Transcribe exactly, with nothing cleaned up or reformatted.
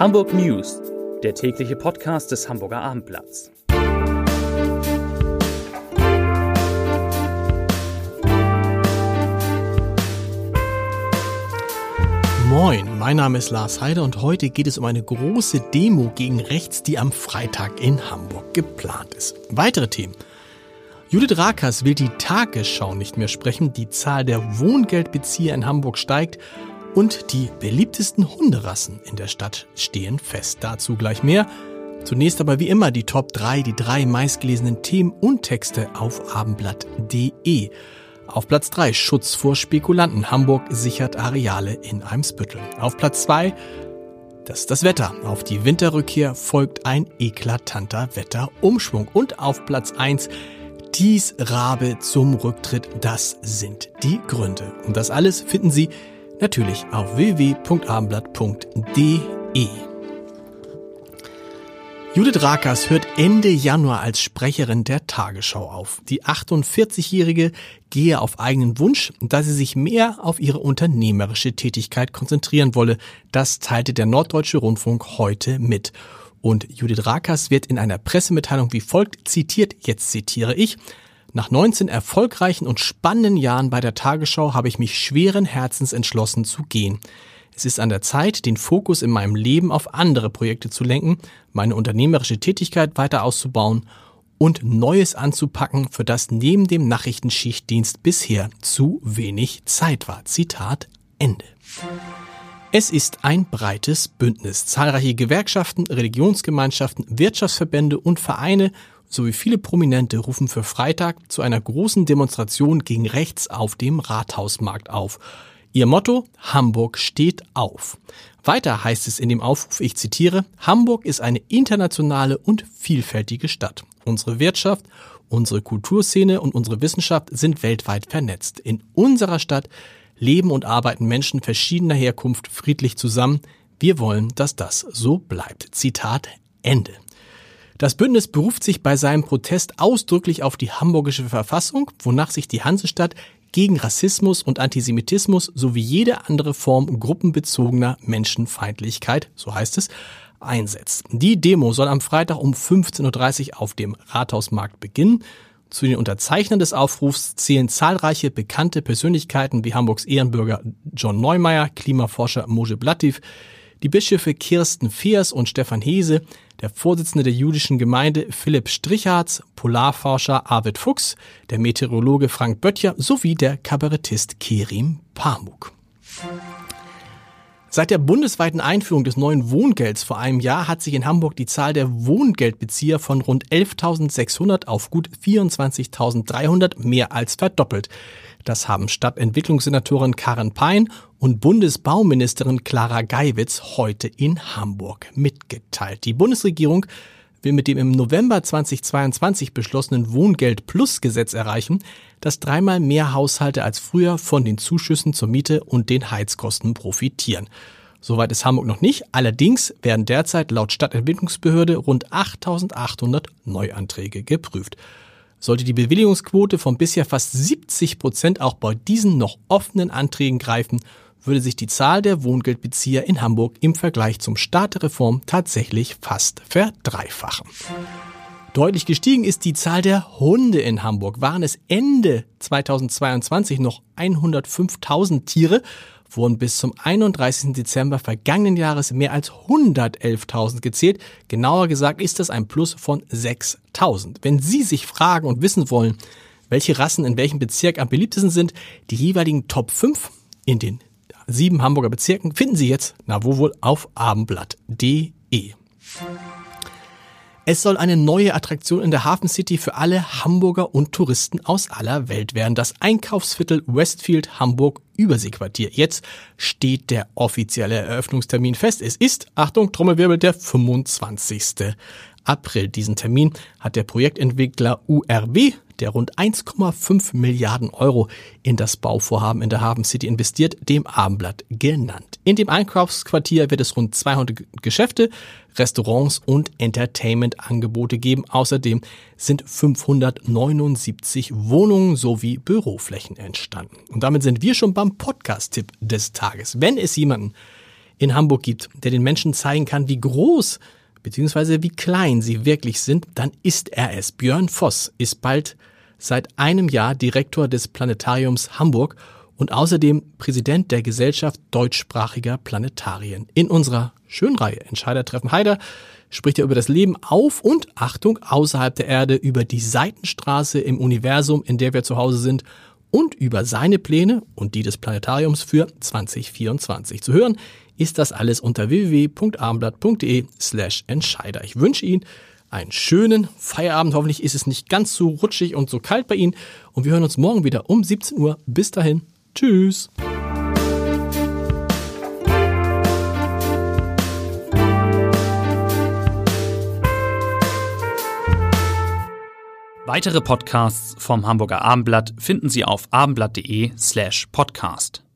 Hamburg News, der tägliche Podcast des Hamburger Abendblatts. Moin, mein Name ist Lars Heider und heute geht es um eine große Demo gegen rechts, die am Freitag in Hamburg geplant ist. Weitere Themen. Judith Rakers will die Tagesschau nicht mehr sprechen, die Zahl der Wohngeldbezieher in Hamburg steigt und die beliebtesten Hunderassen in der Stadt stehen fest. Dazu gleich mehr. Zunächst aber wie immer die Top drei, die drei meistgelesenen Themen und Texte auf abendblatt punkt de. Auf Platz drei Schutz vor Spekulanten. Hamburg sichert Areale in Eimsbüttel. Auf Platz zwei das ist das Wetter. Auf die Winterrückkehr folgt ein eklatanter Wetterumschwung. Und auf Platz eins Thies Rabe zum Rücktritt. Das sind die Gründe. Und das alles finden Sie natürlich auf w w w punkt abendblatt punkt de. Judith Rakers hört Ende Januar als Sprecherin der Tagesschau auf. Die achtundvierzigjährige gehe auf eigenen Wunsch, da sie sich mehr auf ihre unternehmerische Tätigkeit konzentrieren wolle. Das teilte der Norddeutsche Rundfunk heute mit. Und Judith Rakers wird in einer Pressemitteilung wie folgt zitiert, jetzt zitiere ich: Nach neunzehn erfolgreichen und spannenden Jahren bei der Tagesschau habe ich mich schweren Herzens entschlossen zu gehen. Es ist an der Zeit, den Fokus in meinem Leben auf andere Projekte zu lenken, meine unternehmerische Tätigkeit weiter auszubauen und Neues anzupacken, für das neben dem Nachrichtenschichtdienst bisher zu wenig Zeit war. Zitat Ende. Es ist ein breites Bündnis. Zahlreiche Gewerkschaften, Religionsgemeinschaften, Wirtschaftsverbände und Vereine sowie viele Prominente rufen für Freitag zu einer großen Demonstration gegen rechts auf dem Rathausmarkt auf. Ihr Motto: Hamburg steht auf. Weiter heißt es in dem Aufruf, ich zitiere: Hamburg ist eine internationale und vielfältige Stadt. Unsere Wirtschaft, unsere Kulturszene und unsere Wissenschaft sind weltweit vernetzt. In unserer Stadt leben und arbeiten Menschen verschiedener Herkunft friedlich zusammen. Wir wollen, dass das so bleibt. Zitat Ende. Das Bündnis beruft sich bei seinem Protest ausdrücklich auf die hamburgische Verfassung, wonach sich die Hansestadt gegen Rassismus und Antisemitismus sowie jede andere Form gruppenbezogener Menschenfeindlichkeit, so heißt es, einsetzt. Die Demo soll am Freitag um fünfzehn Uhr dreißig auf dem Rathausmarkt beginnen. Zu den Unterzeichnern des Aufrufs zählen zahlreiche bekannte Persönlichkeiten wie Hamburgs Ehrenbürger John Neumeier, Klimaforscher Mojib Latif, die Bischöfe Kirsten Feers und Stefan Hese, der Vorsitzende der jüdischen Gemeinde Philipp Strichhartz, Polarforscher Arvid Fuchs, der Meteorologe Frank Böttcher sowie der Kabarettist Kerim Pamuk. Seit der bundesweiten Einführung des neuen Wohngelds vor einem Jahr hat sich in Hamburg die Zahl der Wohngeldbezieher von rund elftausendsechshundert auf gut vierundzwanzigtausenddreihundert mehr als verdoppelt. Das haben Stadtentwicklungssenatorin Karin Pein und Bundesbauministerin Clara Geiwitz heute in Hamburg mitgeteilt. Die Bundesregierung will mit dem im November zweitausendzweiundzwanzig beschlossenen Wohngeld-Plus-Gesetz erreichen, dass dreimal mehr Haushalte als früher von den Zuschüssen zur Miete und den Heizkosten profitieren. Soweit ist Hamburg noch nicht. Allerdings werden derzeit laut Stadtentwicklungsbehörde rund achttausendachthundert Neuanträge geprüft. Sollte die Bewilligungsquote von bisher fast siebzig Prozent auch bei diesen noch offenen Anträgen greifen, würde sich die Zahl der Wohngeldbezieher in Hamburg im Vergleich zum Start der Reform tatsächlich fast verdreifachen. Deutlich gestiegen ist die Zahl der Hunde in Hamburg. Waren es Ende zweitausendzweiundzwanzig noch hundertfünftausend Tiere, wurden bis zum einunddreißigsten Dezember vergangenen Jahres mehr als hundertelftausend gezählt. Genauer gesagt ist das ein Plus von sechstausend. Wenn Sie sich fragen und wissen wollen, welche Rassen in welchem Bezirk am beliebtesten sind, die jeweiligen Top fünf in den sieben Hamburger Bezirken finden Sie jetzt, na wo wohl, auf abendblatt punkt de. Es soll eine neue Attraktion in der Hafen City für alle Hamburger und Touristen aus aller Welt werden. Das Einkaufsviertel Westfield Hamburg Überseequartier. Jetzt steht der offizielle Eröffnungstermin fest. Es ist, Achtung, Trommelwirbel, der fünfundzwanzigsten April. Diesen Termin hat der Projektentwickler U R W, der rund eins Komma fünf Milliarden Euro in das Bauvorhaben in der Hafen City investiert, dem Abendblatt genannt. In dem Einkaufsquartier wird es rund zweihundert Geschäfte, Restaurants und Entertainment-Angebote geben. Außerdem sind fünfhundertneunundsiebzig Wohnungen sowie Büroflächen entstanden. Und damit sind wir schon beim Podcast-Tipp des Tages. Wenn es jemanden in Hamburg gibt, der den Menschen zeigen kann, wie groß bzw. wie klein sie wirklich sind, dann ist er es. Björn Voss ist bald seit einem Jahr Direktor des Planetariums Hamburg und außerdem Präsident der Gesellschaft deutschsprachiger Planetarien. In unserer schönen Reihe Entscheider-Treffen Heider spricht er über das Leben auf und, Achtung, außerhalb der Erde, über die Seitenstraße im Universum, in der wir zu Hause sind, und über seine Pläne und die des Planetariums für zwanzig vierundzwanzig. Zu hören ist das alles unter w w w punkt abendblatt punkt de slash Entscheider. Ich wünsche Ihnen einen schönen Feierabend. Hoffentlich ist es nicht ganz so rutschig und so kalt bei Ihnen. Und wir hören uns morgen wieder um siebzehn Uhr. Bis dahin. Tschüss. Weitere Podcasts vom Hamburger Abendblatt finden Sie auf abendblatt punkt de slash podcast.